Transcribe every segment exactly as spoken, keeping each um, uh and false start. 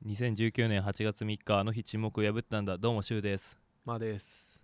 にせんじゅうきゅうねんはちがつみっか、あの日沈黙を破ったんだ。どうもシュウです。 まあです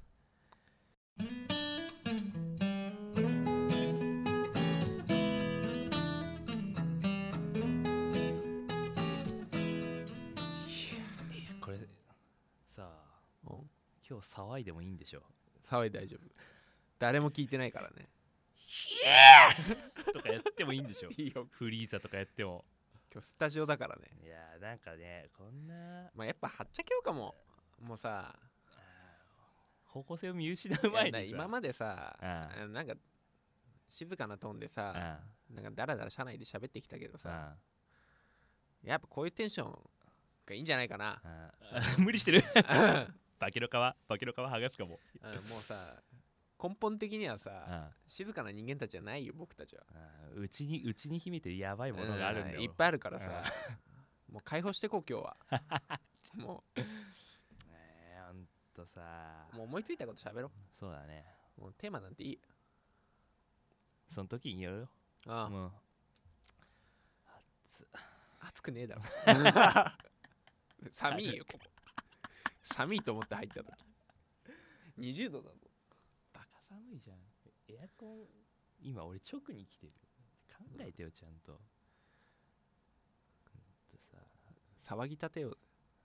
これさあ、 うん今日騒いでもいいんでしょ？ 騒いで大丈夫。誰も聞いてないからね。 ヒエーとかやってもいいんでしょ？ いいよ。 フリーザとかやっても。 今日スタジオだからね。 いやーなんかね、こんなまあやっぱはっちゃけようかも。もうさ、 方向性を見失う前にさ、 いや今までさ、 ああなんか静かなトーンでさ、 あなんかダラダラ車内で喋ってきたけどさ、 あやっぱこういうテンションがいいんじゃないかな。 ああ無理してるバケの皮バケの皮剥がすかも。 うんもうさ、根本的にはさ、 あ静かな人間たちじゃないよ、僕たちは。 あうちにうちに秘めてるやばいものがあるんだよ。 うんいっぱいあるからさ、もう解放してこう今日は。もえー、ほんとさうもう思いついたこと喋ろそうだね。 う。もうテーマなんていい。 その時にやるよ。 ああ、 もう暑くねえだろ。寒いよここ。寒いと思って入った時にじゅうどだぞ。 バカ寒いじゃん。エアコン今俺直に来てる。考えてよちゃんと。ほんとさ騒ぎ立てようぜ。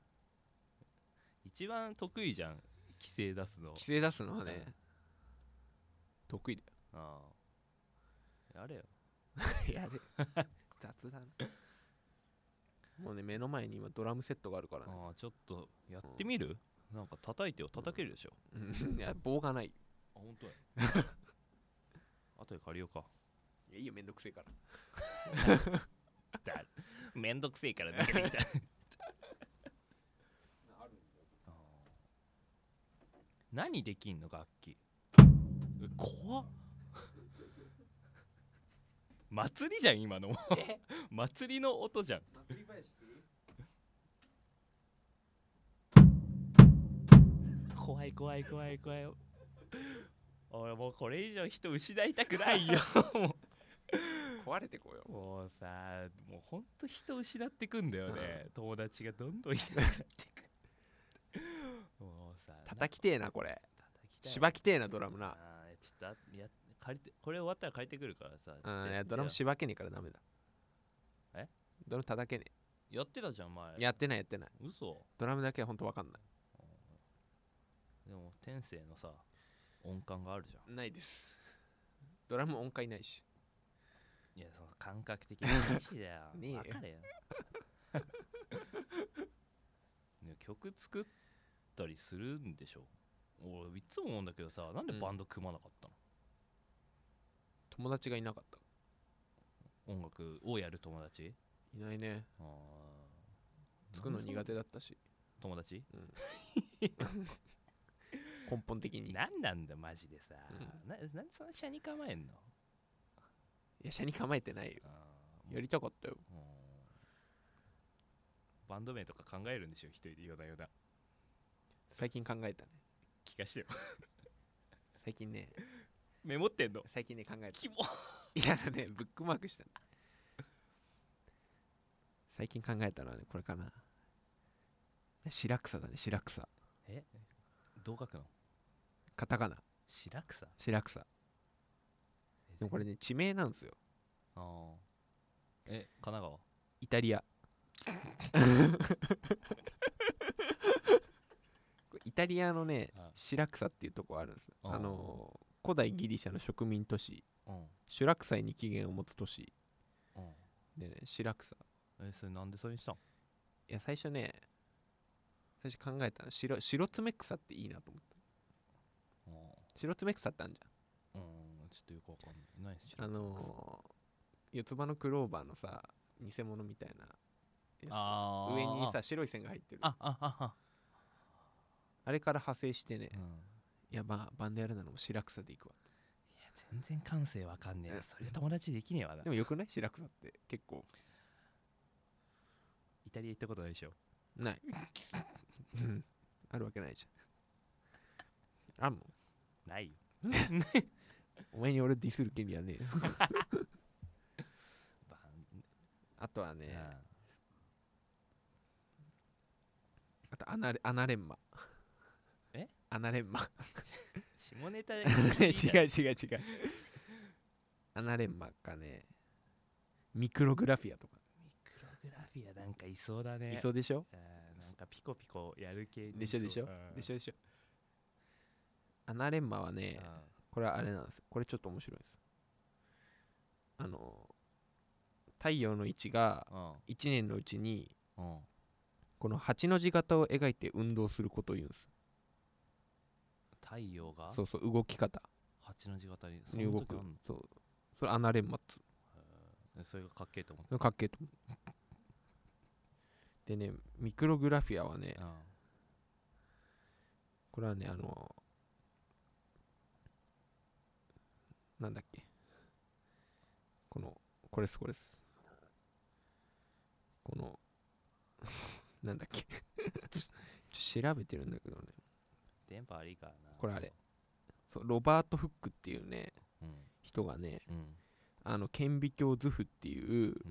一番得意じゃん、規制出すの。 規制出すのはね、得意だああやれよ。 よ。やれ。雑だな。もうね、目の前に今ドラムセットがあるからね。 ああちょっとやってみる、なんか叩いてよ。叩けるでしょ。 うんいや、棒がない。 あ本当や後で借りようか。 いやいいよ、めんどくせえから。 だめんどくせえから抜けてきたあ何できんの楽器。え怖っ祭りじゃん今の祭りの音じゃん。 祭り林する？ 怖い怖い怖い怖い。俺もうこれ以上人失いたくないよも壊れてこようもうさ、もうほんと人失ってくんだよね、うん、友達がどんどんいなくなってくもうさ叩きてえなこれ。 叩きたい。 しばきてえなドラムな。 あちょっとや借りて、これ終わったら借りてくるからさ。 うんいやドラムしばけねえからダメだ。 えドラム叩けねやってたじゃん前。 え。やってないやってない。 嘘。 ドラムだけはほんとわかんない。 でも天性のさ音感があるじゃん。 ないです。ドラム音階ないし。 いやその感覚的な話だよねえよ分かれよね曲作ったりするんでしょ。俺いつも思うんだけどさ、なんでバンド組まなかったの、 うん、友達がいなかった。 音楽をやる友達いないね。 あ作るの苦手だったし。 友達、 うん、根本的に。 なんなんだマジでさ、 うん、 な, なんでそんな車に構えんの。 いや車に構えてないよ。やりたかったよ。 バンド名とか考えるんでしょ一人で。よだよだ最近考えたね。 聞かしてよ最近ねメモってんの。 最近ね考えた。 キモいやねブックマークしたね。最近考えたのはねこれかな。白草だね。白草。 えどう書くの。 カタカナ。 白草。 白草。でもこれね地名なんですよ。 ああえ神奈川。 イタリアイタリアのね白草っていうとこあるんです。あのー、古代ギリシャの植民都市、うん、シュラクサイに起源を持つ都市、うん、でね白草。 えそれなんでそれにしたん。 いや最初ね最初考えたの白白爪草っていいなと思った。白爪草ってあるじゃん。 うんちょっとよくわかんない。ないあのー、四つ葉のクローバーのさ偽物みたいなやつ。 あ上にさ白い線が入ってる。 あああああれから派生してね、うん、いやまあバンドやるならもう白草でいくわ。 いや全然感性わかんねえ。それ友達できねえわな。 でもよくない白草って結構。 イタリア行ったことないでしょ。 ないあるわけないじゃん。あんのないよお前に俺ディスる権利はねえあとはね、 あとアナレアナレンマえアナレンマ下ネタ違う違う違うアナレンマかねミクログラフィアとかミクログラフィアなんかいそうだね。 いそうでしょ。 なんかピコピコやる系でしょでしょでしょでしょ。アナレンマはね、これはあれなんですよ。これちょっと面白いです。あの太陽の位置がいちねんのうちにこのはちの字型を描いて運動することを言うんです。 太陽がそうそう動き方はちの字型にに動く。そうそれアナレンマっつう。 それがかっけえと思った。 かっけえと思う。でねミクログラフィアはね、これはねあのなんだっけこのこれですこれですこのなんだっけちょ調べてるんだけどね。 電波悪いからな。 これあれそうロバート・フックっていうね、 うん、 人がね、 うん、 あの顕微鏡図譜っていう、 うん、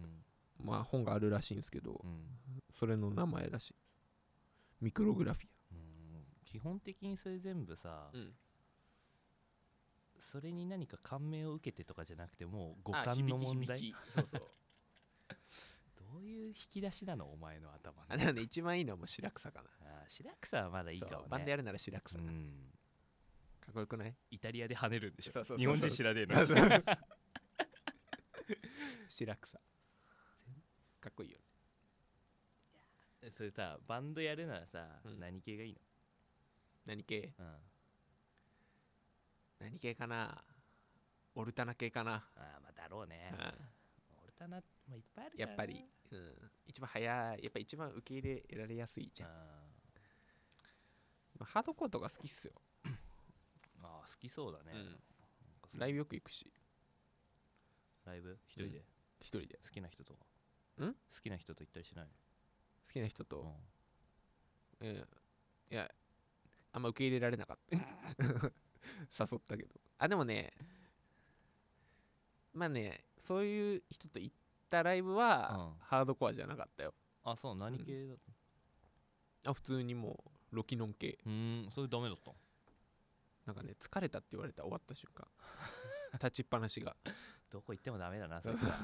まあ本があるらしいんですけど、 うん、 それの名前らしい。ミクログラフィア、 うん、基本的にそれ全部さ、うん、それに何か感銘を受けてとかじゃなくてもう五感の問題。そうそうどういう引き出しなのお前の頭の。 あ、でもね一番いいのはもう白草かな。 あ白草はまだいいかもね。 バンドやるなら白草、うん、かっこよくない？ イタリアで跳ねるんでしょ。 そうそうそうそう、 日本人知らねえの白草かっこいいよね。それさバンドやるならさ、うん、何系がいいの？ 何系、 うん、 何系かな。オルタナ系かな。 ああまあだろうね、うん、オルタナ、まあ、いっぱいあるから、ね、 やっぱり、うん、一番早いやっぱ一番受け入れられやすいじゃん。ハードコアとか好きっすよああ好きそうだね、 うん、ライブよく行くし。 ライブ一人で、うん、 一人で好きな人とかん好きな人と行ったりしないの？ 好きな人と、うん、いやあんま受け入れられなかった誘ったけど。あでもねまあねそういう人と行ったライブは、うん、ハードコアじゃなかったよ。 あそう何系だった、 うん、あ普通にもうロキノン系。 うーんそれダメだった。 なんかね疲れたって言われた終わった瞬間立ちっぱなしがどこ行ってもダメだなそれは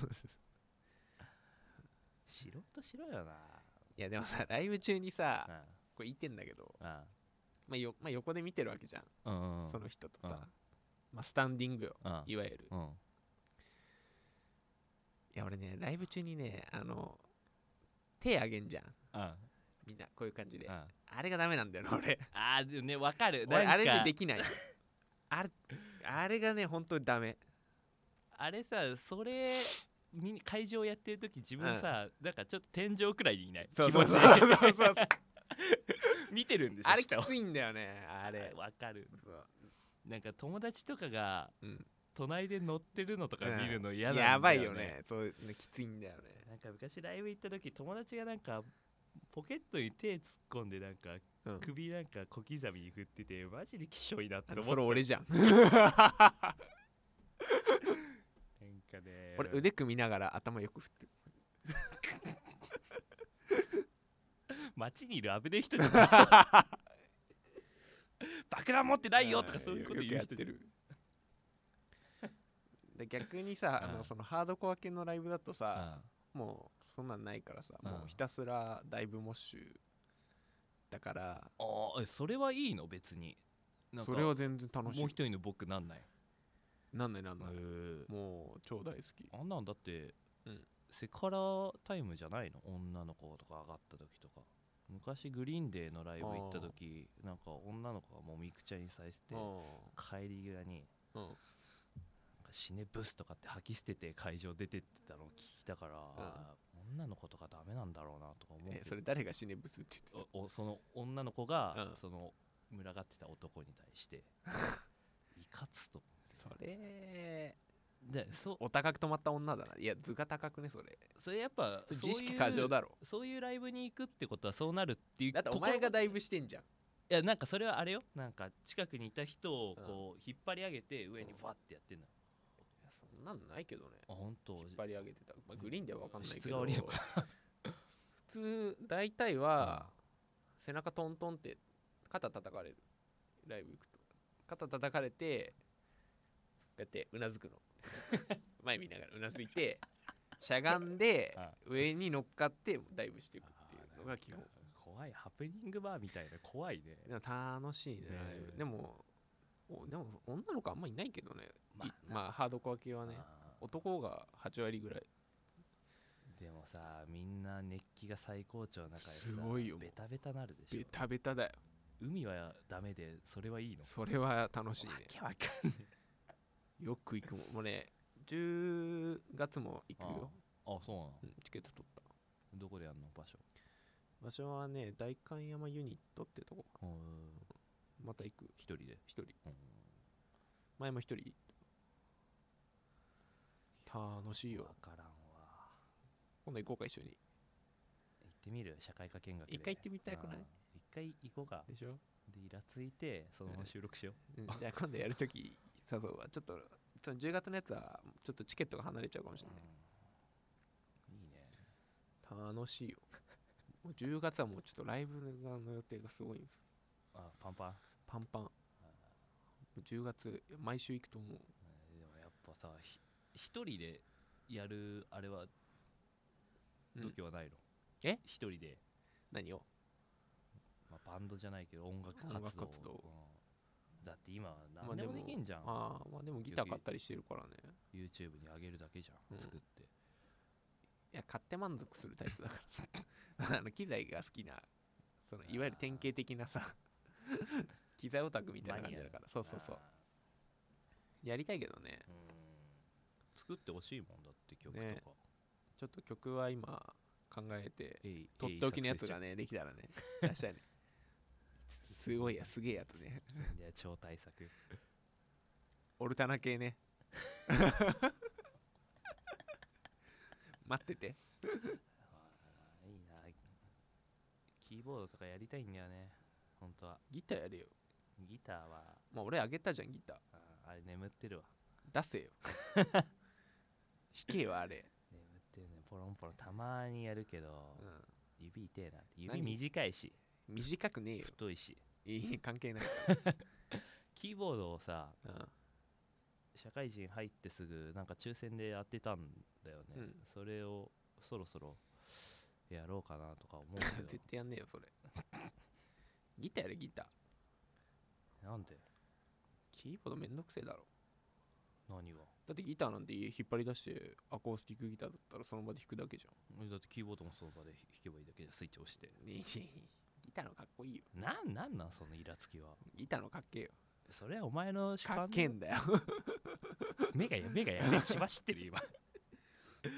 しろとしろよな。 いやでもさライブ中にさ、うん、これ言ってんだけど、うんまあよまあ、横で見てるわけじゃん、うんうん、その人とさ、うんまあ、スタンディングよ、うん、いわゆる、うん、いや俺ねライブ中にねあの手あげんじゃん、うん、みんなこういう感じで、うん、あれがダメなんだよね俺。 あーでもね分かる。 俺あれでできないあれあれがね本当にダメ。 あれさそれ会場やってる時自分さ、うん、なんかちょっと天井くらいにいない？ そうそうそうそうそう見てるんでしょ。 あれきついんだよねあれ。 わかる。なんか友達とかが、うん、隣で乗ってるのとか見るの嫌なんだよね、うん、 やばいよね。そうねきついんだよね。 なんか昔ライブ行った時友達がなんかポケットに手突っ込んでなんか、うん、首なんか小刻みに振っててマジできしょいなって思った。 それ俺じゃんなんかね俺腕組みながら頭よく振って街にいる危ねえ人じゃない爆弾持ってないよとかそういうこと言う人じゃん。 で逆にさあのそのハードコア系のライブだとさもうそんなんないからさもうひたすらダイブモッシュだから。 ああそれはいいの別に。 なんかそれは全然楽しい。 もう一人の僕なんないなんないなんない。もう超大好き。 あんなんだって、うん、セカラタイムじゃないの？女の子とか上がった時とか。昔グリーンデーのライブ行った時なんか女の子がもうミクチャにされてて帰り際に、うん、なんか死ねブスとかって吐き捨てて会場出てってたのを聞いたから、うん、女の子とかダメなんだろうなとか思うけど。 えそれ誰が死ねブスって言ってた？おおその女の子が、うん、その群がってた男に対していかつと。 それでそお高く止まった女だな。いや図が高くねそれ。 それやっぱ自意識過剰だろ。 そういうライブに行くってことはそうなるっていう。 だってお前がダイブしてんじゃん。いやなんかそれはあれよなんか近くにいた人をこう引っ張り上げて上にファってやってんの、 うん、いやそんなのないけどね。 あ本当。 引っ張り上げてた、まあ、グリーンでは分かんないけど質が悪いのか普通大体は背中トントンって肩叩かれる。ライブ行くと肩叩かれてこうやってうなずくの前見ながらうなずいてしゃがんで上に乗っかってダイブしていくっていうのが基本。 怖い、ハプニングバーみたいな、怖いね。 でも楽しいね、ライブ。でもでも女の子あんまいないけどね。まあ、まあ、ハードコア系はね、男がはち割ぐらい。 でもさ、みんな熱気が最高潮の中でさ、 すごいよ、 ベタベタなるでしょ。 ベタベタだよ。 海はダメで、それはいいの？ それは楽しいね。わけわかんねえ。よく行くもん。もうね、じゅうがつも行くよ。 ああ、そうなの、 うん、チケット取った。 どこでやんの場所？ 場所はね、代官山ユニットってとこ。また行く。 一人で？ 一人。前も一人。楽しいよ。 わからんわ。 今度行こうか、一緒に。 行ってみる？社会科見学で。 一回行ってみたくない？ 一回行こうか。 でしょ？ で、イラついて、そのまま収録しよう。 うん、じゃあ今度やるとき、そうそう、ちょっと、そのじゅうがつのやつは、ちょっとチケットが離れちゃうかもしれない。 うん、いいね。 楽しいよ。もうじゅうがつはもうちょっとライブの予定がすごいんですよ。 あ、パンパンパンパン。じゅうがつ、毎週行くと思う。 でもやっぱさ、一人でやるあれは時はないの？ うん、え一人で何を、 まあ、バンドじゃないけど音楽活動。 音楽活動、 うん、だって今何でもできんじゃん。 まあ、あまあでもギター買ったりしてるからね。 YouTube に上げるだけじゃん、うん、作って。 いや、買って満足するタイプだからさあの機材が好きな、そのいわゆる典型的なさ機材オタクみたいな感じだから。そうそうそう、やりたいけどね。うん、 作ってほしいもんだって曲とか、 ね、ちょっと曲は今考えて、とっておきのやつがねできたらね出したいねすごいや、すげえやつねいや、超大作オルタナ系ね待ってていいな。キーボードとかやりたいんだよね、本当は。 ギターやれよ。 ギターはまあ俺あげたじゃん、ギター。 あ, あれ眠ってるわ。 出せよ弾けよあれ。 眠ってるね、ポロンポロンたまにやるけど、うん、指痛えなって。指短いし。 短くねえよ、 太いし。 いい、関係ないキーボードをさ、 うん、 社会人入ってすぐなんか抽選で当てたんだよね、うん、それをそろそろやろうかなとか思うけど絶対やんねえよそれギターやれ、ギター。なんで？ キーボードめんどくせえだろ。 何が？ だってギターなんて引っ張り出してアコースティックギターだったらその場で弾くだけじゃん。 だってキーボードもその場で弾けばいいだけで、スイッチ押して。 ギターのかっこいいよ。 なんなんなんそのイラつきは。 ギターのかっけえよ。 それはお前の主観。 かっけえんだよ目がや目がやめ血走ってる今ギ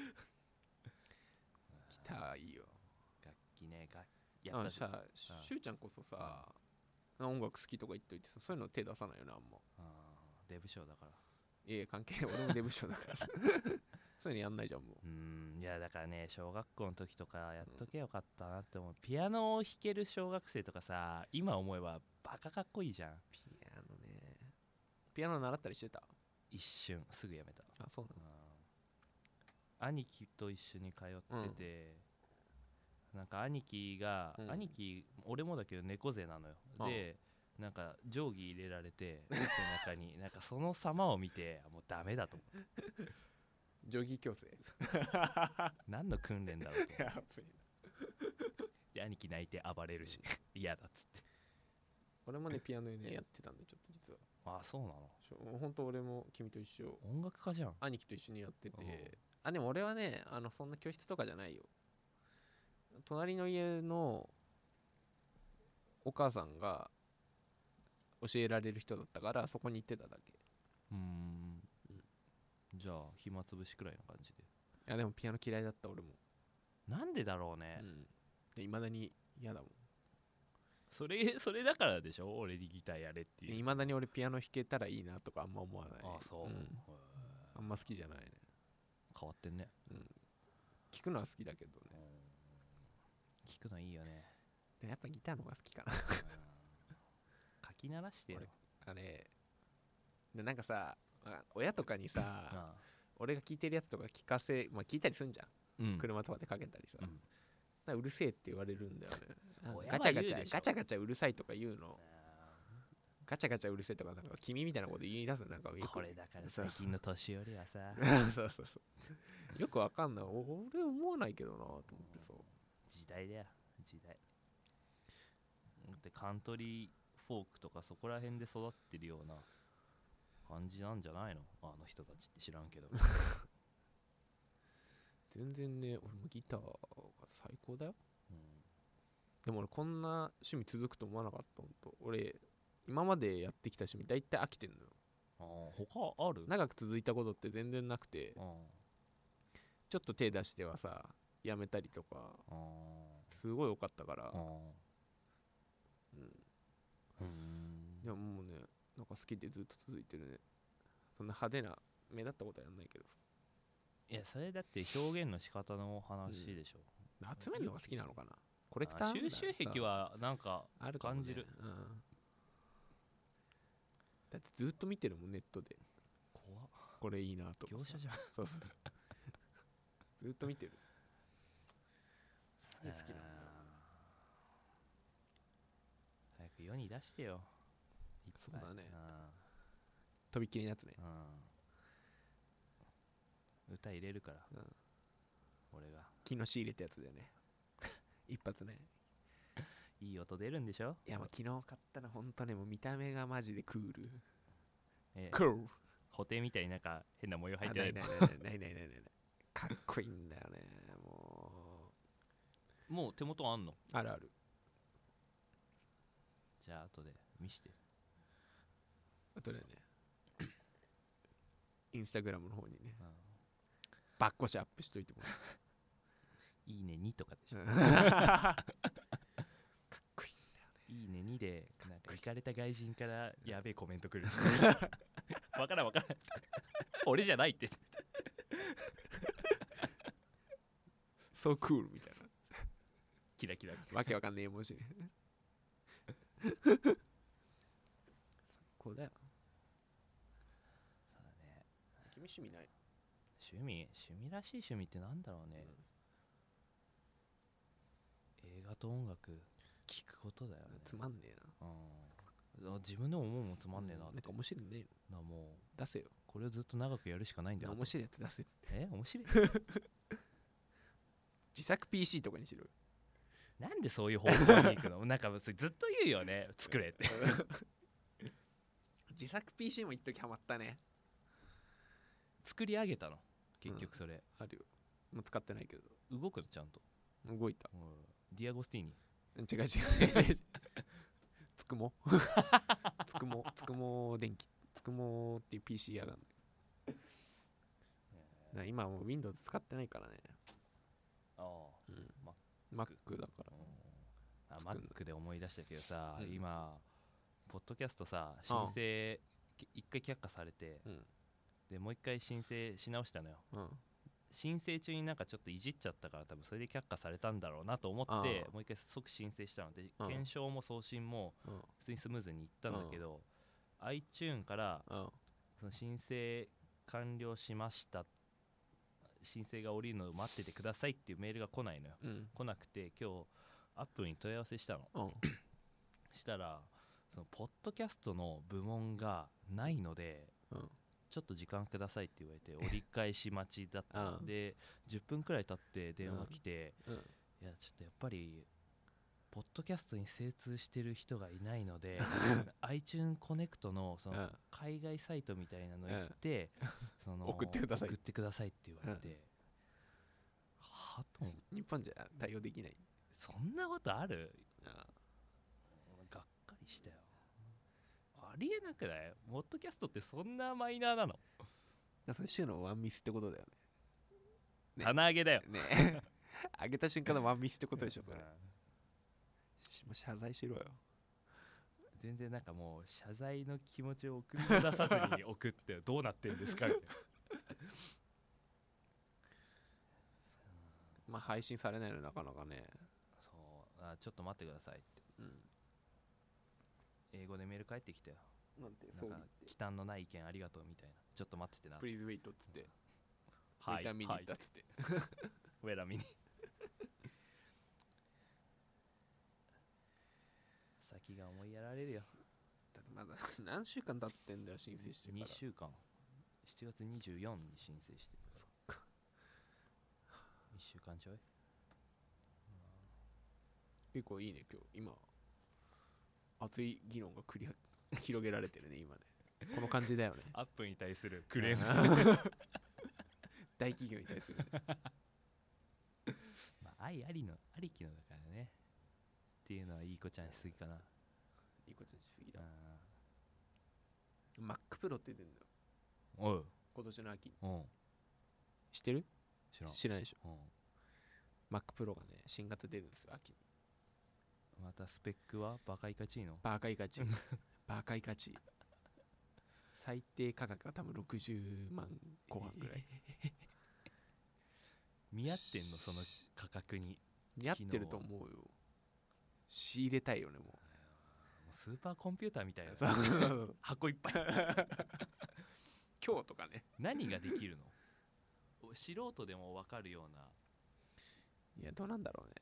ターいいよ。 楽器ね、楽器やったしゃしゅうちゃんこそさ、うん、音楽好きとか言っといてさ、そういうの手出さないよね、あんま。 あデブ賞だから。 いや関係ない、俺もデブ賞だからさそういうのやんないじゃんもう。 うん、いやだからね、小学校の時とかやっとけよかったなって思う、うん、ピアノを弾ける小学生とかさ、今思えばバカかっこいいじゃん。 ピアノね。ピアノ習ったりしてた？ 一瞬すぐやめた。 あ、そうなの。 兄貴と一緒に通ってて、うん、なんか兄貴が、うん、兄貴俺もだけど猫背なのよ。でなんか定規入れられて背中になんかその様を見てもうダメだと思って定規矯正何の訓練だろうとやべえで兄貴泣いて暴れるし嫌だっつって。 俺もねピアノねやってたんで、ちょっと実は。 あ、そうなの？ ほんと俺も君と一緒。 音楽家じゃん。 兄貴と一緒にやってて、あ、でも俺はね、あのそんな教室とかじゃないよ。隣の家のお母さんが教えられる人だったからそこに行ってただけ。 うーん、うん、じゃあ暇つぶしくらいの感じで。 いやでもピアノ嫌いだった俺も。 なんでだろうね。 いま、うん、だに嫌だもん。 それそれだからでしょ、俺にギターやれっていう。 いまだに俺ピアノ弾けたらいいなとかあんま思わない。 ああそう、うん、 あんま好きじゃないね。 変わってんね。 うん、聞くのは好きだけどね。 聞くのいいよね。 でやっぱギターの方が好きかな書き鳴らしてよ。 あれでなんかさ、親とかにさ、ああ俺が聞いてるやつとか聞かせ、まあ、聞いたりすんじゃん、うん、車とかでかけたりさ、うん、 らうるせえって言われるんだよね。 親ガチャガチは言うでしょャガチャガチャうるさいとか言うの。ガチャガチャうるせえとかなんか君みたいなこと言い出すなんかよくこれだから最近の年寄りはさそうそうそうよくわかんない。俺思わないけどなと思ってさ。 時代だよ時代でカントリーフォークとかそこら辺で育ってるような感じなんじゃないのあの人たちって知らんけど全然ね俺もギターが最高だよ、 うん、 でも俺こんな趣味続くと思わなかった。ほんと俺今までやってきた趣味大体飽きてんのよ。 あ他ある長く続いたことって全然なくて、 あちょっと手出してはさやめたりとかあすごい多かったから、 あうんうんいやもうねなんか好きでずっと続いてるね。そんな派手な目立ったことはやんないけど。 いやそれだって表現の仕方の話でしょ、 うん、集めるのが好きなのかな。コレクター収集癖はなんかあるかもね感じる、 うん、だってずっと見てるもんネットで。 怖っこれいいなとか業者じゃんそうそうずっと見てる。すげえ好きなんだよ。 早く世に出してよ。 そうだね。とびっきりのやつね。 うん、歌入れるから、うん、俺が木の仕入れたやつだよね一発ね。 いい音出るんでしょ。 いやもう昨日買ったらほんとねもう見た目がマジでクール、 えー、 クール補填みたいになんか変な模様入ってない。 ないないないないないないないないかっこいいんだよね。もうもう手元あんの。 あるある。 じゃあ後で見して。 あとでねインスタグラムの方にね、うん、バッコシアップしといてもらういいねにとかでしょかっこいいんだよね。 いいねにでなんかイカれた外人からやべえコメントくるしわからんわからん俺じゃないってそうクールみたいなキラキラわけわかんねえ文字ねこうだよ。 そうだね。 君趣味ない？ 趣味趣味らしい趣味ってなんだろうね、うん、映画と音楽聞くことだよね。 つまんねえな、うん、自分でも思うもんつまんねえなって、うん、 なんか面白いねえな。もう出せよ。 これをずっと長くやるしかないんだよ。 面白いやつ出せ。 え面白い自作 ピーシー とかにしろよ。 なんでそういう方向に行くのなんかずっと言うよね作れって自作 ピーシー も一時ハマったね。 作り上げたの結局それ、うん、 あるよ。もう使ってないけど動くのちゃんと動いた、 うん、ディアゴスティーニ。 違う違う違う違うつくもつくもつくも電気つくもっていう ピーシー やがんだよ。今はもう Windows 使ってないからね。 ああ、 うん、Mac だから、 うん、あ Mac で思い出したけどさ、うん、今ポッドキャストさ申請一回却下されて、うん、でもう一回申請し直したのよ、うん、申請中になんかちょっといじっちゃったから多分それで却下されたんだろうなと思ってもう一回即申請したので、検証も送信も普通にスムーズにいったんだけど、うん、iTunes からその申請完了しました申請が降りるのを待っててくださいっていうメールが来ないのよ、うん、来なくて今日アップルに問い合わせしたの、うん、したらそのポッドキャストの部門がないので、うん、ちょっと時間くださいって言われて折り返し待ちだったのでじゅっぷんくらい経って電話来て、うんうん、いやちょっとやっぱりポッドキャストに精通してる人がいないのでiTunes コネクトのその海外サイトみたいなの行って、うん、その送ってください送ってくださいって言われて、うん、はと思って日本じゃ対応できない。 そんなことある？ああがっかりしたよ。ありえなくない？ポッドキャストってそんなマイナーなの？ それ週のワンミスってことだよね。 棚上げだよね上げた瞬間のワンミスってことでしょそれ。謝罪しろよ。 全然なんかもう謝罪の気持ちを送り出さずに送ってどうなってんですかみたいなまあ配信されないのなかなかね。 そうあちょっと待ってくださいって、うん、英語でメール返ってきたよ。 なんてなんか忌憚のない意見ありがとうみたいな。ちょっと待っててな。 プリーズウェイトっつってはいウェイター見に行ったっつって、 はい、ウェラ見に先が思いやられるよ。 だってまだ何週間経ってんだよ申請してから。 にしゅうかん、しちがつにじゅうよっかに申請してるから。 そっか。 いっしゅうかんちょい。 結構いいね今日。今熱い議論が繰り広げられてるね今ね。この感じだよね。 アップに対するクレーム大企業に対する、ね、 まあ愛ありのありきのだからねっていうのはいい子ちゃんしすぎかな。 いい子ちゃんしすぎだ。 Mac Pro って出るんだよおう今年の秋。 おう知ってる？ 知らん。 知らないでしょ。 おう Mac Pro がね新型出るんですよ秋に。 またスペックはバカイカチーノ。 バカイカチバカイカチ最低価格が多分ろくじゅうまん後半ぐらい。 見合ってんのその価格に。 似合ってると思うよ。仕入れたいよねもう。 もうスーパーコンピューターみたいな箱いっぱい今日とかね。 何ができるの？素人でも分かるような。 いやどうなんだろうね。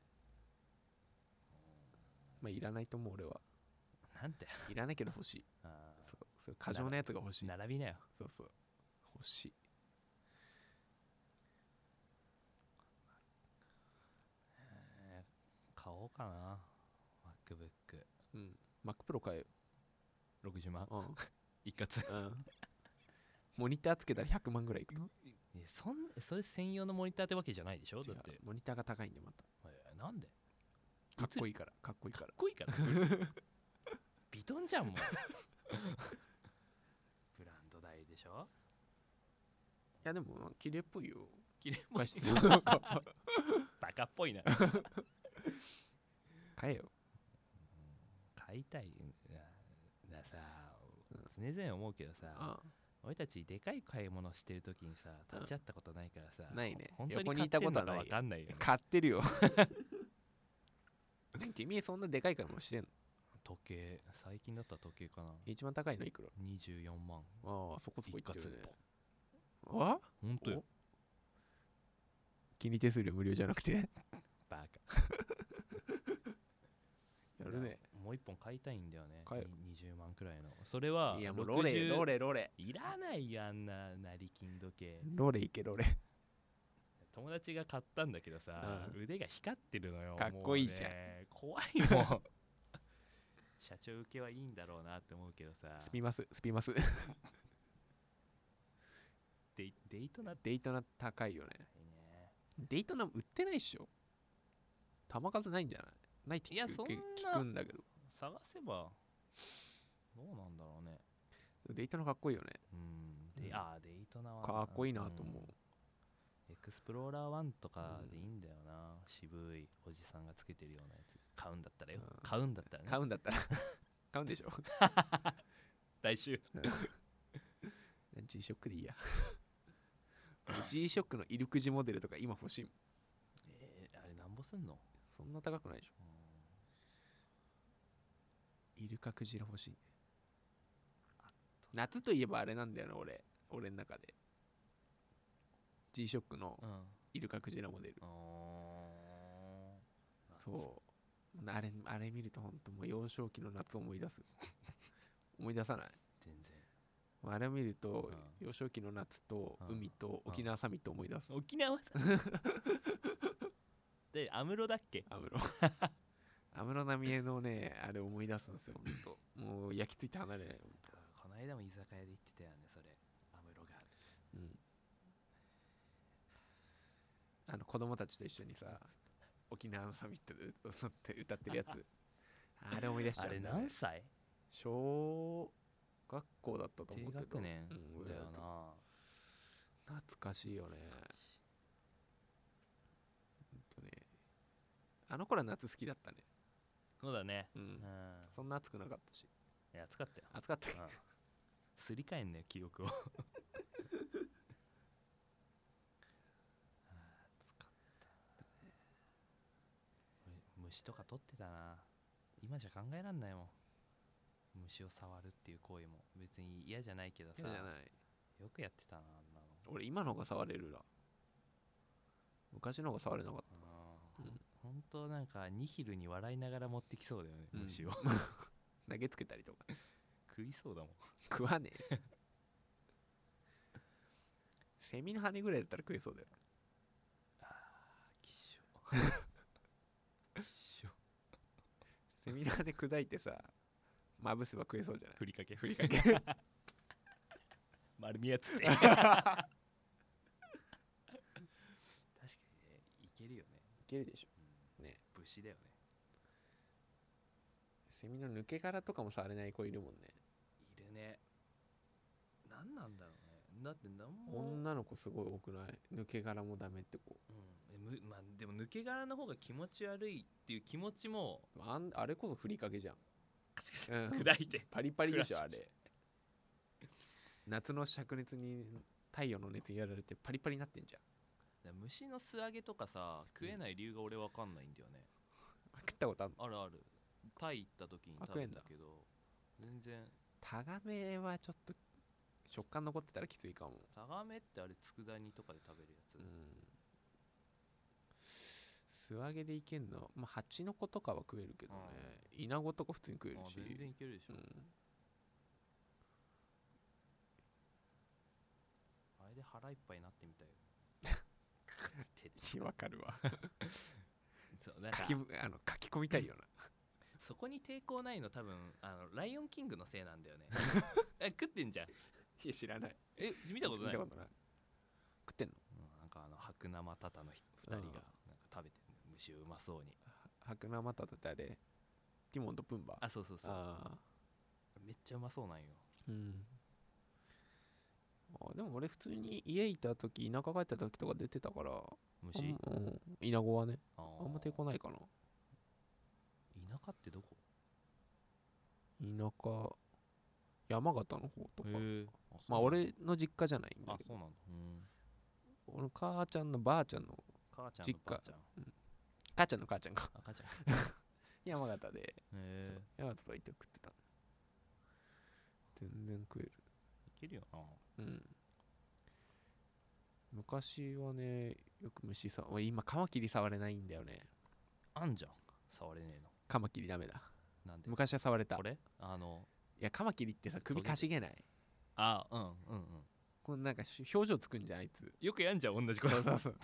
まあいらないと思う俺は。 なんていらないけど欲しい。 あそうそう過剰なやつが欲しい。 並びなよ。 そうそう欲しい。 えー買おうかな MacBook。 うん Mac Pro 買えよ。 ろくじゅうまんうん一括。 うんモニターつけたらひゃくまんぐらいいくと。 えそんそれ専用のモニターってわけじゃないでしょ。だって違うモニターが高いんでまた。 えーなんでかっこいいからかっこいいか。 からっこいいからビトンじゃんもうブランド代でしょ。 いやでも綺麗っぽいよ。 綺麗っぽいバカっぽいな買えよ。 買いたいださ、常々思うけどさ、 うん俺たちでかい買い物してる時にさ立ち会ったことないからさ、 ないね。 本当に横にい買ったてんのかことはない分かんないよね。 買ってるよ君そんなでかい買い物してんの？ 時計最近だったら時計かな。 一番高いのいくら？ にじゅうよんまん。 ああそこそこいってるね。 一括あほんとよ。 金利手数料無料じゃなくてバカやるね。 もう一本買いたいんだよね。 買えよにじゅうまんくらいの。それはいやもうロレロレロレいらないよあんな成金時計。 ロレいけロレ。 友達が買ったんだけどさ、 うん腕が光ってるのよ。 かっこいいじゃんもうね怖いもん社長受けはいいんだろうなって思うけどさ。 スピマススピマスデデイトナってデイトナ高いよね。 ね。 デイトナ売ってないっしょ。弾数ないんじゃない？ないって聞くいやそんな聞くんだけど。 探せばどうなんだろうね。 デイトナかっこいいよね。 うん。でうんあーデイトナはかっこいいなと思う。 エクスプローラーワンとかでいいんだよな、渋いおじさんがつけてるようなやつ買うんだったらよ、 うん買うんだったらね。 買うんだったら買うんでしょ来週 G ショックでいいやG ショックのイルクジモデルとか今欲しいもん。 えー、あれなんぼすんの？ そんな高くないでしょ。イルカクジラ欲しいね。夏といえばあれなんだよな俺俺の中で G ショックのうんイルカクジラモデル。 あそうあれあれ見るとほんともう幼少期の夏を思い出す思い出さない？ 全然。 あれを見るとうん幼少期の夏とうん海と沖縄サミットを思い出す。 沖縄さで安室だっけ？ 安室安室奈美恵のねあれを思い出すんですよほんと。もう焼き付いて離れない。 この間も居酒屋で言ってたよねそれ、安室が。 うんあの子供たちと一緒にさ沖縄のサミットで歌って歌ってるやつあれ思い出しちゃあれうんだよね。 何歳？ 小学校だったと低思うけど学年うんだよな。 懐かしいよねほんとね。あの頃は夏好きだったね。 そうだね。 うん、 うん。 そんな暑くなかったし。 いや暑かったよ。 暑かった。 うんすり替えんねよ記憶を暑かった虫とか取ってたな。今じゃ考えらんないもん。虫を触るっていう行為も別に嫌じゃないけどさ、 嫌じゃない。 よくやってたなあんなの。 俺今の方が触れるな。昔の方が触れなかった。 あーうんほんとなんかニヒルに笑いながら持ってきそうだよね、 うん虫を投げつけたりとか食いそうだもん。 食わねえセミの羽ぐらいだったら食えそうだよ。 あーきっしょきっしょ。 セミの羽砕いてさまぶせば食えそうじゃない。 ふりかけふりかけ丸見やつって確かにね、いけるよね。 いけるでしょ、 うん、 ね。 武士だよね。 セミの抜け殻とかも触れない子いるもんね。 いるね。なんなんだろうね。だってなんも女の子すごい多くない？抜け殻もダメって子。 うん、えむまあ、でも抜け殻の方が気持ち悪いっていう気持ちもあんあれこそふりかけじゃん、うん、 砕いてパリパリでしょあれ。夏の灼熱に太陽の熱にやられてパリパリになってんじゃん。 虫の素揚げとかさ食えない理由が俺わかんないんだよね、 うん、食ったことあるの？ あるある。タイ行った時に食べたけど全然。 タガメはちょっと食感残ってたらきついかも。 タガメってあれ佃煮とかで食べるやつ、 うん、素揚げでいけんの、まあハチノコとかは食えるけどね、イナゴとか普通に食えるし。 全然いけるでしょ、うん、あれで腹いっぱいになってみたいよわかるわそうなんか書きあの書き込みたいよなそこに抵抗ないの多分あのライオンキングのせいなんだよねえ食ってんじゃん。 いや知らない。 え見たことない？ 見たことない。食ってんの？ うん、なんかあの白生タタのふたりがなんか食べてる虫をうまそうに。 白生タタってあれティモンとプンバー。 あそうそうそう。 あめっちゃうまそうなんよ。 うんあでも俺普通に家いた時田舎帰った時とか出てたから虫、 うん、イナゴはね あ, あんま抵抗ないかな。 田舎ってどこ？ 田舎山形の方とか。 へまあ俺の実家じゃないんだけど。 あそうなんだ。うん、 俺の母ちゃんのばあちゃんの母ちゃんのばあちゃん、 うん、母ちゃんの母ちゃんかあ母ちゃん山形でへ山形と行って食ってた。全然食える。 いけるよな。 うん昔はねよく虫さ俺今カマキリ触れないんだよね。 あんじゃん触れねえの。 カマキリダメだ。 なんで？ 昔は触れた。 これあのいやカマキリってさ首かしげない？ あうんうんうん。 これなんか表情つくんじゃんあいつ。 よくやんじゃん同じこと。 そうそうそう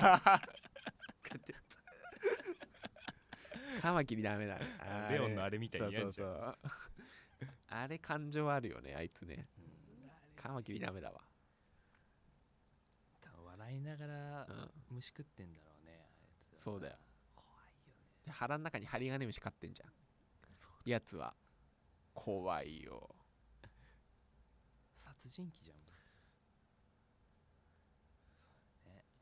カマキリダメだね。 レオンのあれみたいにやんじゃん。 そうそうそうあれ感情あるよねあいつね、うん、カマキリダメだわ。 笑いながら虫食ってんだろうね、 うん、そうだよ。 怖いよね。 で腹の中にハリガネムシ飼ってんじゃんやつは。怖いよ。 殺人鬼じゃん。そうね。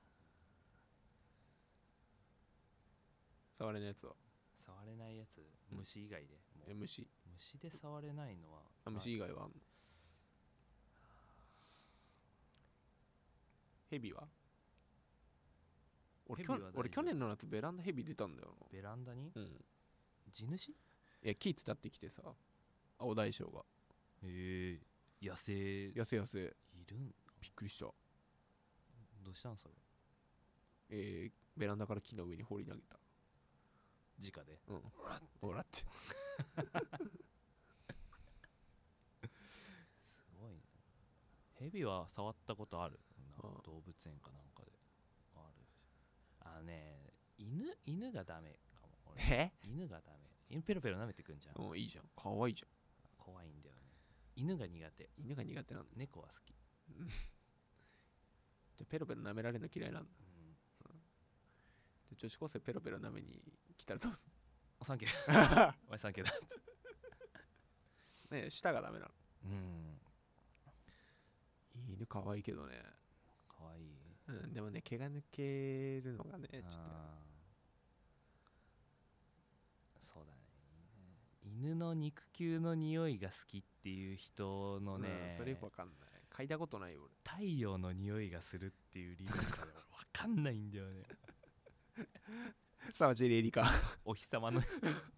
触れないやつは触れないやつ、虫以外でもうえ虫虫で触れないのはあ虫以外はあんの？ヘビは？俺, ヘビは大丈夫。 俺去年の夏ベランダヘビ出たんだよな。 ベランダに？ うん地主？ いや木伝ってきてさ青大将が。 へえ野生野生野生いるん？ びっくりした。 どうしたんそれ？ えー、ベランダから木の上に放り投げた。 直で？ うんほらってすごいね。ヘビは触ったことある。 ああ動物園かなんかである。あのね犬犬がダメかも俺。 え犬がダメ。犬ペロペロ舐めてくんじゃん。 うんいいじゃんかわいいじゃん。 怖いんだよね。犬が苦手。 犬が苦手なんだ。 猫は好き。 じゃペロペロ舐められるの嫌いなんだ。 うん、 じゃ女子高生ペロペロ舐めに来たらどうすんの？サンキューお前サンキューだねえ舌がダメなの。 うん犬かわいいけどね。 かわいい、 うん、でもね毛が抜けるのがねちょっとそうだね。犬の肉球の匂いが好きっていう人のね、 うん、それよくわかんない。嗅いだことないよ俺。 太陽の匂いがするっていう理由がわかんないんだよねさあジェリーエリカお日様の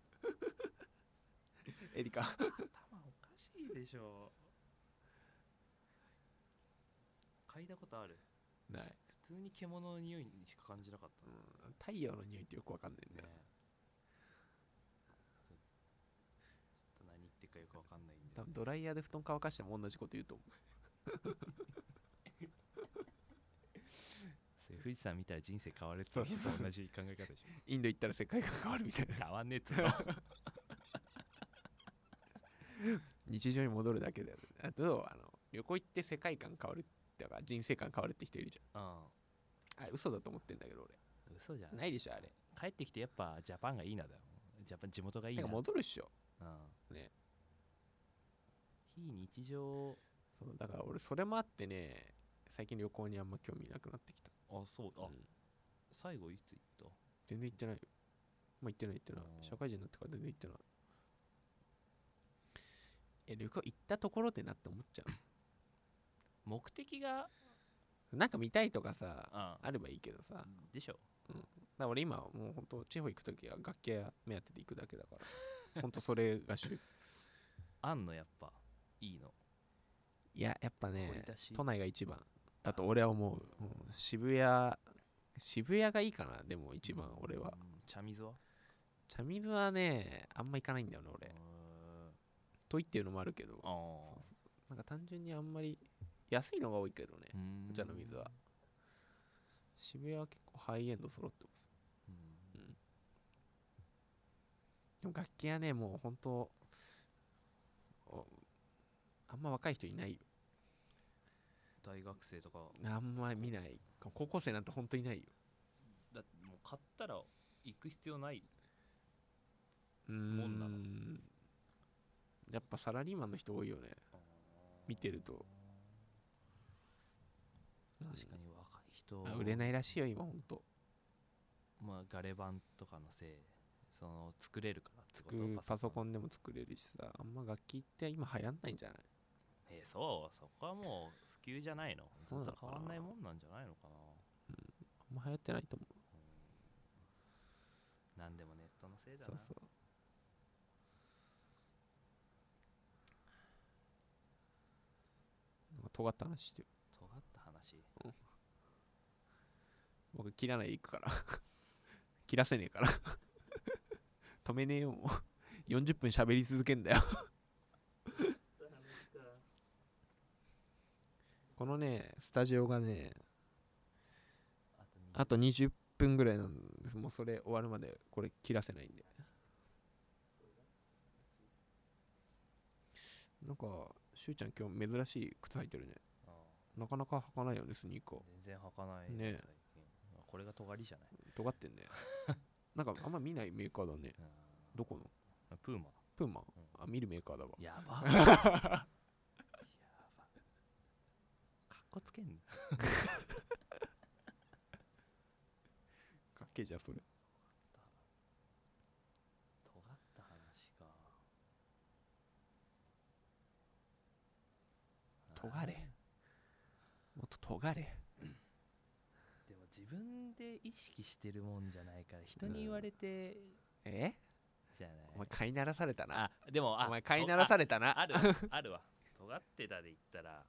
エリカ頭おかしいでしょ。嗅いだことある？ ない。 普普通に獣の匂いにしか感じなかった、 うん、太陽の匂いってよくわかんないんだよ、ね、 ちょ、ちょっと何言ってるかよくわかんないんで、 多分ドライヤーで布団乾かしても同じこと言うと思うそれ富士山見たら人生変わるっていう人と同じ考え方でしょ。 インド行ったら世界が変わるみたいな変わんねえっつうの日常に戻るだけだよね。あとあの旅行行って世界観変わるってか人生観変わるって人いるじゃん。あれ嘘だと思ってんだけど俺。 嘘じゃん。 ないでしょあれ。 帰ってきてやっぱジャパンがいいなだよ。ジャパン地元がいいな。 なんか戻るっしょ。 うん。 ね。 非日常。 そうだから俺それもあってね最近旅行にあんま興味なくなってきた。 あそうあ、うん、最後いつ行った？ 全然行ってないよ。まあ行ってない行ってない。社会人になってから全然行ってない。え旅行行ったところでなって思っちゃう。 目的がなんか見たいとかさ、 うん、 あればいいけどさ。 でしょ。 うん。だから俺今もうほんと地方行くときは楽器屋目当てで行くだけだから。ほんとそれが主。 あんのやっぱいいの。 いややっぱね都内が一番だと俺は思う、うん、渋谷渋谷がいいかな。でも一番俺は、うん、 茶水は茶水はねあんま行かないんだよね俺。遠いっていうのもあるけど、そうそうなんか単純にあんまり安いのが多いけどねお茶の水は。渋谷は結構ハイエンド揃ってます。うん、うん、でも楽器はねもう本当あんま若い人いないよ。 大学生とかあんま見ない。高校生なんて本当いないよ。 だってもう買ったら行く必要ないもんなの。やっぱサラリーマンの人多いよね見てると。 確かに若い人売れないらしいよ今ほんと。 まあガレ版とかのせいその作れるからってこと作パソコンでも作れるしさあんま楽器って今流行んないんじゃない？ えー、そうそこはもう普及じゃないの。ずっと変わんないもんなんじゃないのかな。 うんあんま流行ってないと思う。 うん、なんでもネットのせいだな。そうそうなんか尖った話してよ。 尖った話、 うん、僕切らないでいくから切らせねえから止めねえよもうよんじゅっぷん喋り続けんだよこのねスタジオがねあとにじゅっぷんぐらいなんです。もうそれ終わるまでこれ切らせないんで。なんかしゅうちゃん今日珍しい靴履いてるね。なかなか履かないよねスニーカー。 全然履かないね。 最近これが尖りじゃない？ 尖ってんねなんかあんま見ないメーカーだね。どこの？ プーマ。 プーマ、うん、あ見るメーカーだわ。 やばやばかっこつけんのかっけえじゃんそれ。 尖った話か。 尖れもっと尖れでも自分で意識してるもんじゃないから人に言われて、 うん、えじゃない。 お前飼いならされたな。 あでもあお前飼いならされたな。 あ, あるあるわ尖ってたで言ったら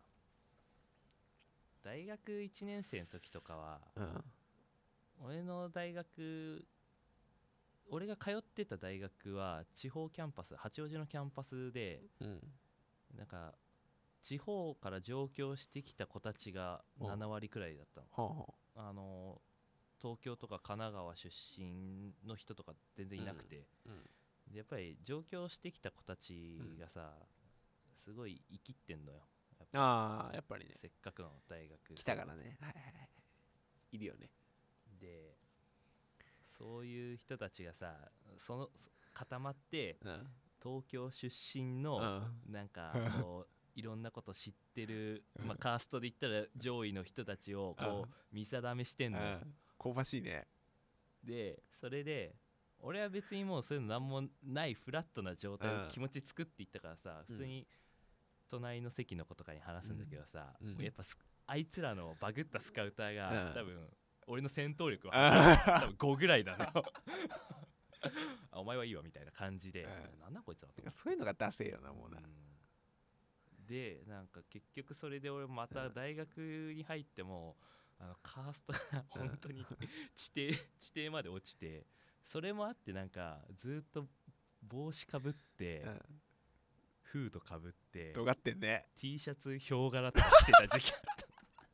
大学いちねん生の時とかは、うん、俺の大学俺が通ってた大学は地方キャンパス八王子のキャンパスで、うん、なんか地方から上京してきた子たちがななわりくらいだったの、はあはあ、あの東京とか神奈川出身の人とか全然いなくて、うんうん、でやっぱり上京してきた子たちがさ、うん、すごい生きってんのよ。 やっぱああやっぱりねせっかくの大学来たからね、はいはいはい、いるよね。 でそういう人たちがさその固まって、うん、東京出身の、うん、なんかこういろんなこと知ってる、まあ、カーストで言ったら上位の人たちをこう見定めしてんの、うん、 香ばしいね。 でそれで俺は別にもうそういうのなんもないフラットな状態を気持ち作っていったからさ、うん、普通に隣の席の子とかに話すんだけどさ、うん、もうやっぱあいつらのバグったスカウターが、うん、多分俺の戦闘力は多分ごぐらいだのお前はいいわみたいな感じで、うん、なんだこいつらとそういうのがダセえよなもうな、うんでなんか結局それで俺また大学に入ってもあのカーストが本当に地底地底まで落ちて、それもあってなんかずっと帽子かぶって、うん、フードかぶって尖ってんね。 T シャツヒョウ柄とか着てた時期あった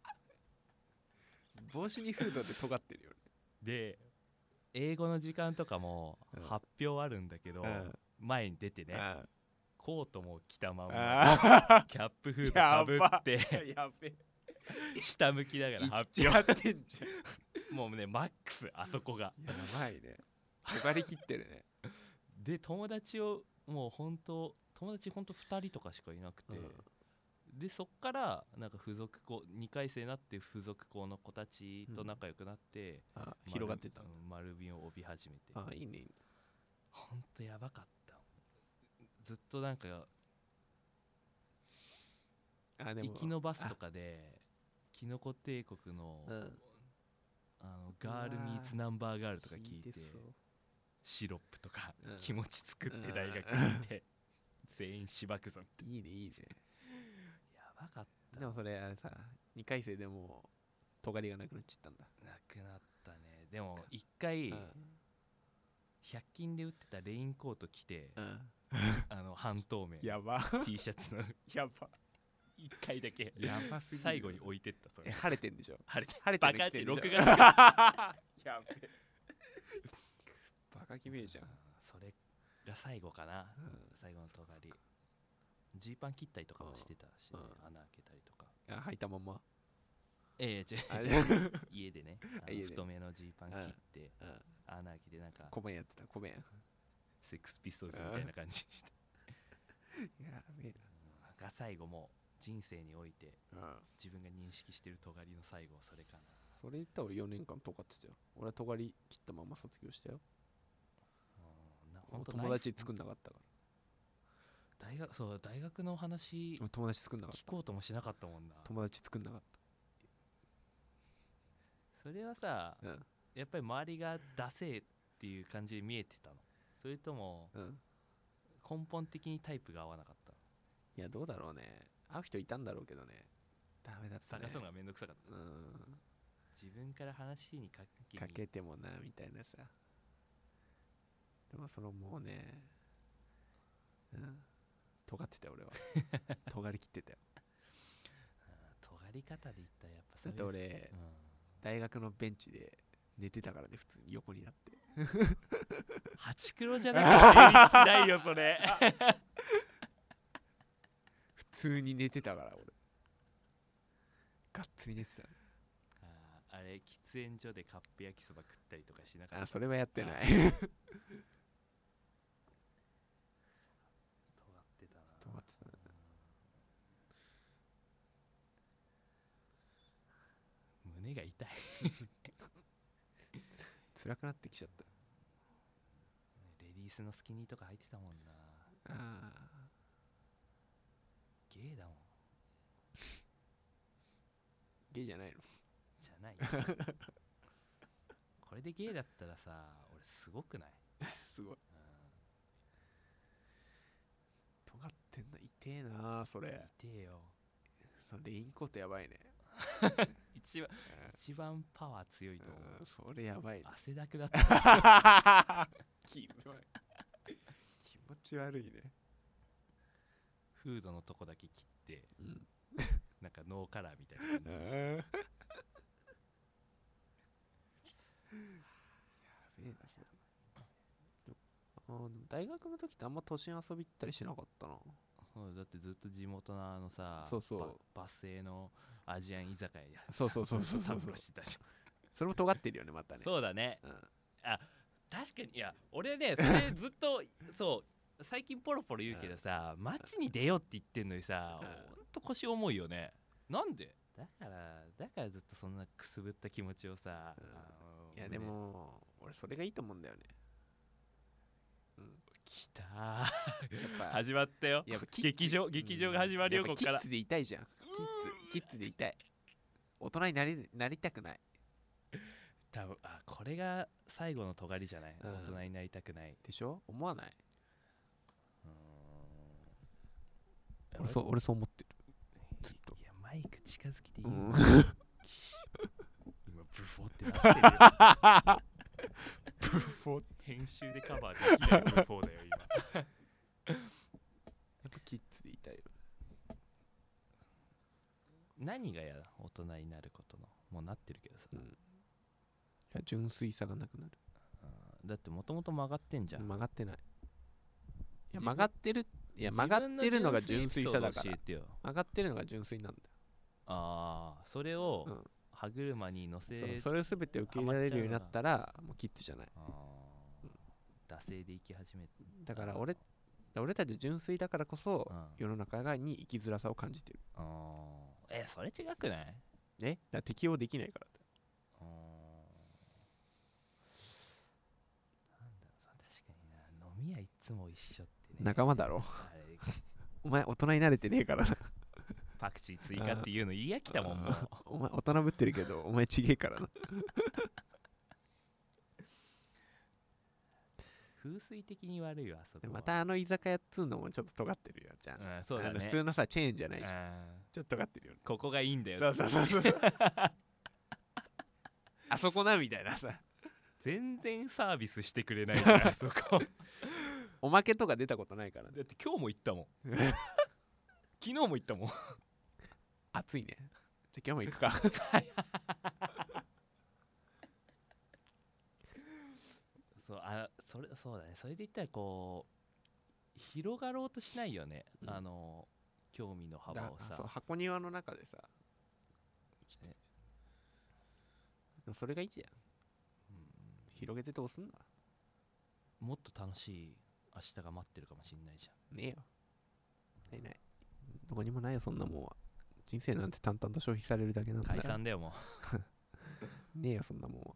帽子にフードって尖ってるよね。 で英語の時間とかも発表あるんだけど、うん、前に出てね、うん、コートも着たままキャップフードかぶってやべ下向きながら発表ってんじゃんもうねマックスあそこがやばいね、尖りきってるね。 で友達をもう本当友達ほんとふたりとかしかいなくて、うん、でそっからなんか付属校にかい生になって付属校の子たちと仲良くなって、 うん、あ広がってた、 うん、丸みを帯び始めて、 あいいね、 ほんとやばかった。ずっとなんかあでも行きのバスとかでキノコ帝国の、うん、あのガールミーツナンバーガールとか聞いてシロップとか、うん、気持ち作って大学に行って、うん、全員しばくぞっていいねいいじゃんやばかった。 でもそれあれさにかい生でも尖りがなくなっちゃったんだ。 なくなったね。でもいっかい、うん、ひゃく均で売ってたレインコート着て、うん、あの半透明やば T シャツのやばいっかいだけやばすぎる最後に置いてったそれ。 え晴れてんでしょ。 晴れて晴れてバカチろくがつやべバカ決めじゃん。 それが最後かな、うん、最後の尖り。ジーパン切ったりとかもしてたし、ね、うん、穴開けたりとか。 あ履いたままええ違う家でね太めのジーパン切って、うんうん、穴開けてなんか小便やってた小便セックスピストルズみたいな感じしてやべえなが最後も人生において、 うん、 自分が認識してる尖りの最後はそれかな。 それ言ったら俺よねんかん尖ってたよ。俺は尖り切ったまま卒業したよ。うんな本当友達作んなかったから大学そう大学の話友達作んなかった。 聞こうともしなかったもんな。 友達作んなかった。 それはさ、 うん、 やっぱり周りがダセーっていう感じで見えてたの？それとも、うん、根本的にタイプが合わなかった？ いやどうだろうね。会う人いたんだろうけどね。ダメだったね。 探すのがめんどくさかった。うん。自分から話にかけかけてもなみたいなさ。でもそのもうね、うん、尖ってたよ俺は。尖りきってたよ。 尖り方で言ったらやっぱだって俺、うん、大学のベンチで寝てたからね普通に横になって。 ハチクロじゃなくて成立しないよそれ。 普通に寝てたから俺がっつり寝てた。 あ, あれ喫煙所でカップ焼きそば食ったりとかしなかった？ あそれはやってない。 尖ってたな。 尖ってたね。 胸が痛い。 辛くなってきちゃった。 レディースのスキニーとか履いてたもんな。 あゲイだもん。 ゲイじゃないの？ じゃない。これでゲイだったらさ、俺すごくない？ すごい。尖ってんな、痛えなそれ。 痛えよ。 そのレインコートやばいね。 一番、一番パワー強いと思う。 それやばいね。 汗だくだった。 気持ち悪いね。 フードのとこだけ切って、 うん、 なんかノーカラーみたいな感じでした。やべえなそれ。あでも大学の時ってあんま都心遊び行ったりしなかったな。 だってずっと地元のあのさ、 そうそうバス停のアジアン居酒屋でそうそうそうそうそうそうしてたじゃん。 それも尖ってるよねまたね。 そうだね、 うん、 あ確かに。いや俺ねそれずっとそう最近ポロポロ言うけどさ、うん、街に出ようって言ってんのにさ、うん、ほんと腰重いよね。なんでだからだからずっとそんなくすぶった気持ちをさ、うん、あのいやでも、ね、俺それがいいと思うんだよね。 うん、来たー。やっぱ始まったよ。やっぱ劇場劇場が始まるよ、こっから。 キッズでいたいじゃん。キッズキッズでいたい。大人になりなりたくない。 多分あこれが最後の尖りじゃない、うん、大人になりたくないでしょ。思わない？ うーん俺そう俺そう思ってるずっと。 いやマイク近づきていい、うん、 ブフォってなってるよブフォ編集でカバーできないブフォだよ今やっぱキッズでいたいよ。 何が嫌だ大人になることの。もうなってるけどさ、 うん、いや純粋さがなくなる。 だってもともと曲がってんじゃん。 曲がってない。いや曲がってる、いや曲がってるのが純粋さだから。曲がってるのが純粋なんだよ。 ああ、それを、うん、歯車に乗せ、 そうそれを全て受け入れられるようになったらもうキッズじゃない。あ、 うん、惰性で生き始めて。 だから俺俺たち純粋だからこそ、うん、世の中に生きづらさを感じてる。 あえそれ違くない？ えだから適応できないからだ。あなんだろう、確かにな、飲み屋いつも一緒ってね。 仲間だろお前大人に慣れてねえからなパクチー追加っていうの言い飽きたもんもうお前大人ぶってるけどお前ちげえからな風水的に悪いよあそこは。 またあの居酒屋っつうのもちょっと尖ってるよじゃん、 うん、そうだね、 普通のさチェーンじゃないじゃん、ちょっと尖ってるよね。 ここがいいんだよ、 そうそうそうそうあそこなみたいなさ、 全然サービスしてくれないじゃんあそこおまけとか出たことないからね。 だって今日も行ったもん昨日も行ったもん暑いね。じゃあ今日も行くかそうあそれそうだね。それで言ったらこう広がろうとしないよね、うん、あの興味の幅をさ。 そう箱庭の中でさ、ね、それがいいじゃん、うん、広げてどうすんだ。 もっと楽しい明日が待ってるかもしんないじゃん。 ねえよ、ないない、どこにもないよそんなもんは。人生なんて淡々と消費されるだけなんだ。 解散だよもうねえよそんなもんは。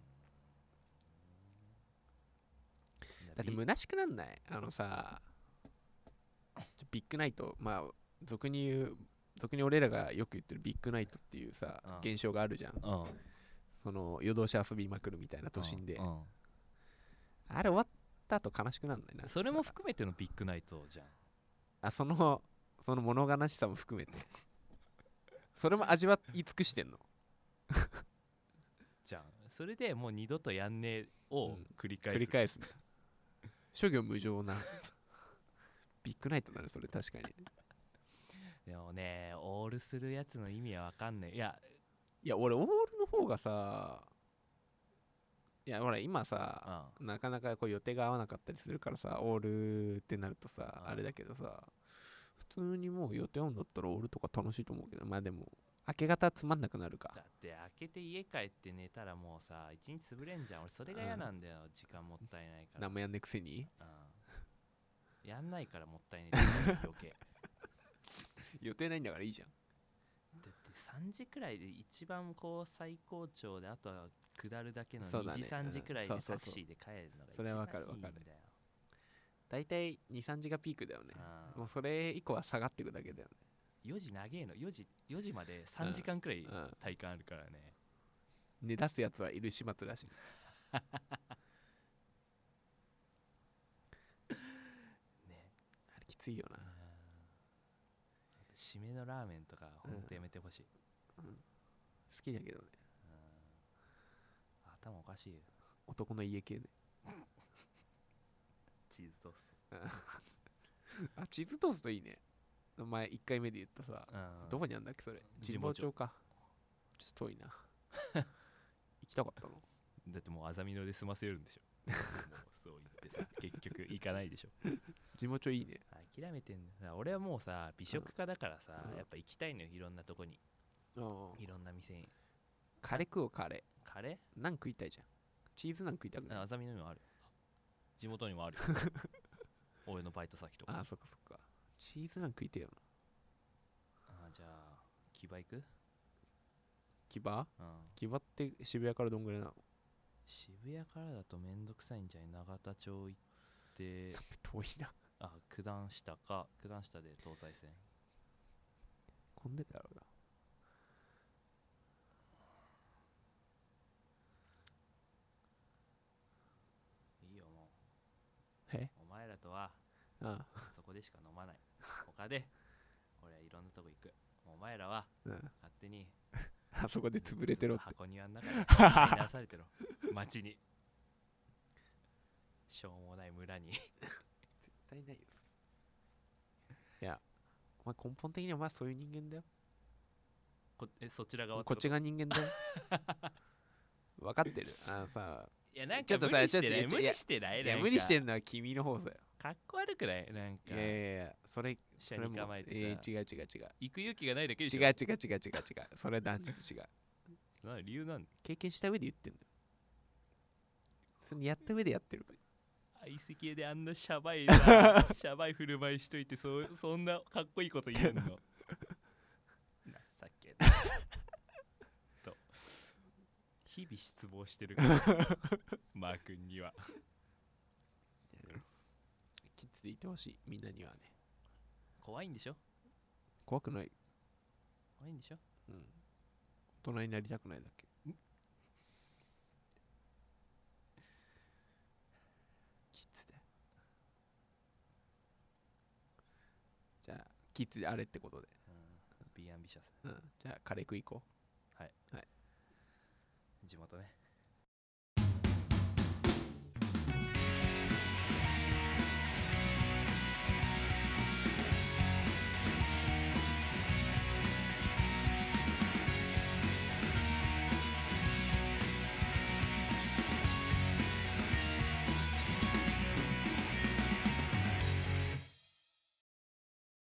だって虚しくなんない？あのさビッグナイト、まあ俗に言う俗に俺らがよく言ってるビッグナイトっていうさ、うん、現象があるじゃん、うん、その夜通し遊びまくるみたいな都心で、うんうん、あれ終わった後悲しくなんないな。 それも含めてのビッグナイトじゃん。 あそのその物悲しさも含めてそれも味わい尽くしてんのじゃん。それでもう二度とやんねえを繰り返す、 うん、繰り返す諸行無常なビッグナイトだねそれ。確かにでもねオールするやつの意味は分かんない。いやいや俺オールの方がさ、いやほら今さ、うん、なかなかこう予定が合わなかったりするからさオールってなるとさ、うん、あれだけどさ普通にもう予定合うんだったらオールとか楽しいと思うけど、まあでも明け方つまんなくなるか。 だって明けて家帰って寝たらもうさ一日潰れんじゃん。俺それが嫌なんだよ、うん、時間もったいないから。 何もやんねえくせに、 うん、やんないからもったいない余計予定ないんだからいいじゃん。 だってさんじくらいで一番こう最高潮で、あとは下るだけのにじ、ね、さんじくらいでタクシーで帰るのが一番いいんだよ。 それはわかるわかる。だいたいに、さんじがピークだよね。もうそれ以降は下がっていくだけだよね。 よじ長えの。よじ、よじまでさんじかんくらい体感あるからね、 うんうん、寝出すやつはいる始末らしいね。あれきついよな。 締めのラーメンとかほんとやめてほしい、 うんうん、好きだけどね。 頭おかしいよ。 男の家系ねチーズトーストあ、チーズトーストいいね。前いっかいめで言ったさ、うん、どこにあんだっけそれ。神保町か。ちょっと遠いな行きたかったの。 だってもうあざみ野で済ませるんでしょもうそう言ってさ結局行かないでしょ神保町いいね。 諦めてんだ。俺はもうさ美食家だからさ、うん、やっぱ行きたいのよいろんなとこに、うん、いろんな店に。 カレー食おう。カレーカレーナン食いたいじゃん。チーズナン食いたくない。 あざみ野にもある。地元にもあるよ俺のバイト先とか。 ああそっかそっか。チーズナン食いてえよな。あじゃあ木場行く？ 木場？うん、木場って渋谷からどんぐらいなの？ 渋谷からだとめんどくさいんじゃない？永田町行って遠いなあ九段下か。九段下で東西線混んでたろうな。 いいよもう。え？ お前らとはああそこでしか飲まない。他で俺はいろんなとこ行く。お前らは勝手にあそこで潰れてろって。 箱庭の中に出されてろ街にしょうもない村に絶対ないよ。いやお前根本的にお前そういう人間だよ。 こえそちら側こっちが人間だよ。分かってる。あのさ、 いやなんか無理してない無理してないいや無理してるのは君の方だよ。 かっこ悪くないなんか。 いやいやいやそれ車に構えてさ、 えー、違う違う違う行く勇気がないだけでしょ。 違う違う違う違う違うそれは断実違う。 な理由なんだ。 経験した上で言ってんだよ。それやった上でやってる。 相席屋であんなシャバいさシャバい振る舞いしといて そ, そんなかっこいいこと言うの情けないと日々失望してるからマー君にはキッズでいてほしい。みんなにはね。 怖いんでしょ。 怖くない。 怖いんでしょ。 うん。大人になりたくないだけ。キッズで。じゃあキッズであれってことで。 うん、Be ambitious。 うん。じゃあカレー食い行こう。はい。 はい。 地元ね。